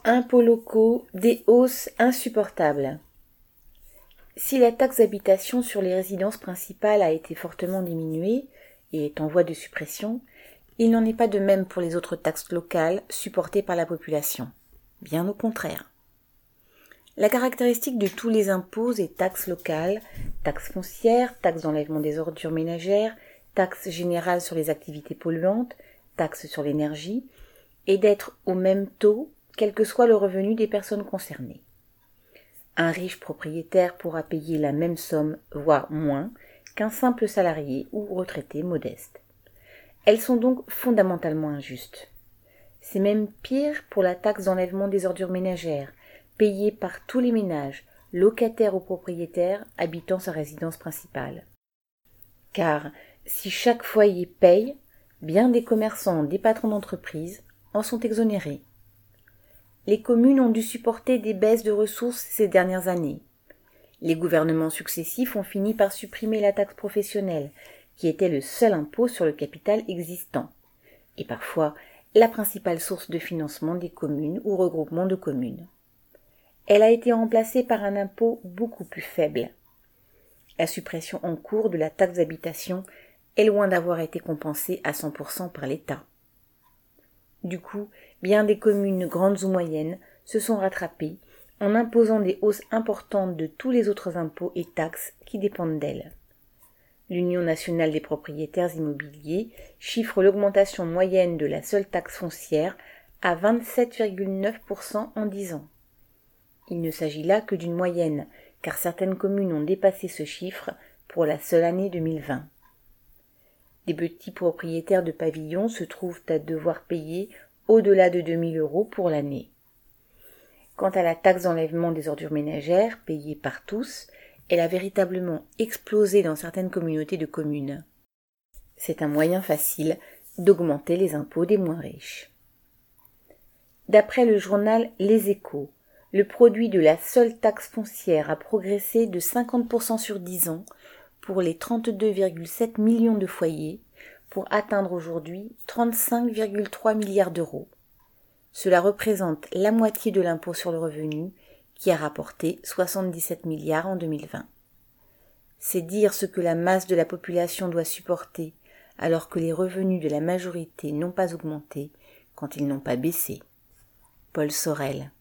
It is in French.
Impôts locaux, des hausses insupportables. Si la taxe d'habitation sur les résidences principales a été fortement diminuée et est en voie de suppression, il n'en est pas de même pour les autres taxes locales supportées par la population. Bien au contraire. La caractéristique de tous les impôts et taxes locales, taxes foncières, taxes d'enlèvement des ordures ménagères, taxes générales sur les activités polluantes, taxes sur l'énergie, est d'être au même taux, quel que soit le revenu des personnes concernées. Un riche propriétaire pourra payer la même somme, voire moins, qu'un simple salarié ou retraité modeste. Elles sont donc fondamentalement injustes. C'est même pire pour la taxe d'enlèvement des ordures ménagères, payée par tous les ménages, locataires ou propriétaires, habitant sa résidence principale. Car si chaque foyer paye, bien des commerçants, des patrons d'entreprise en sont exonérés. Les communes ont dû supporter des baisses de ressources ces dernières années. Les gouvernements successifs ont fini par supprimer la taxe professionnelle, qui était le seul impôt sur le capital existant, et parfois la principale source de financement des communes ou regroupements de communes. Elle a été remplacée par un impôt beaucoup plus faible. La suppression en cours de la taxe d'habitation est loin d'avoir été compensée à 100% par l'État. Du coup, bien des communes grandes ou moyennes se sont rattrapées en imposant des hausses importantes de tous les autres impôts et taxes qui dépendent d'elles. L'Union nationale des propriétaires immobiliers chiffre l'augmentation moyenne de la seule taxe foncière à 27,9% en 10 ans. Il ne s'agit là que d'une moyenne, car certaines communes ont dépassé ce chiffre pour la seule année 2020. Des petits propriétaires de pavillons se trouvent à devoir payer au-delà de 2 000 € pour l'année. Quant à la taxe d'enlèvement des ordures ménagères, payée par tous, elle a véritablement explosé dans certaines communautés de communes. C'est un moyen facile d'augmenter les impôts des moins riches. D'après le journal Les Échos, le produit de la seule taxe foncière a progressé de 50% sur 10 ans pour les 32,7 millions de foyers, pour atteindre aujourd'hui 35,3 milliards d'euros. Cela représente la moitié de l'impôt sur le revenu, qui a rapporté 77 milliards en 2020. C'est dire ce que la masse de la population doit supporter, alors que les revenus de la majorité n'ont pas augmenté quand ils n'ont pas baissé. Paul Sorel.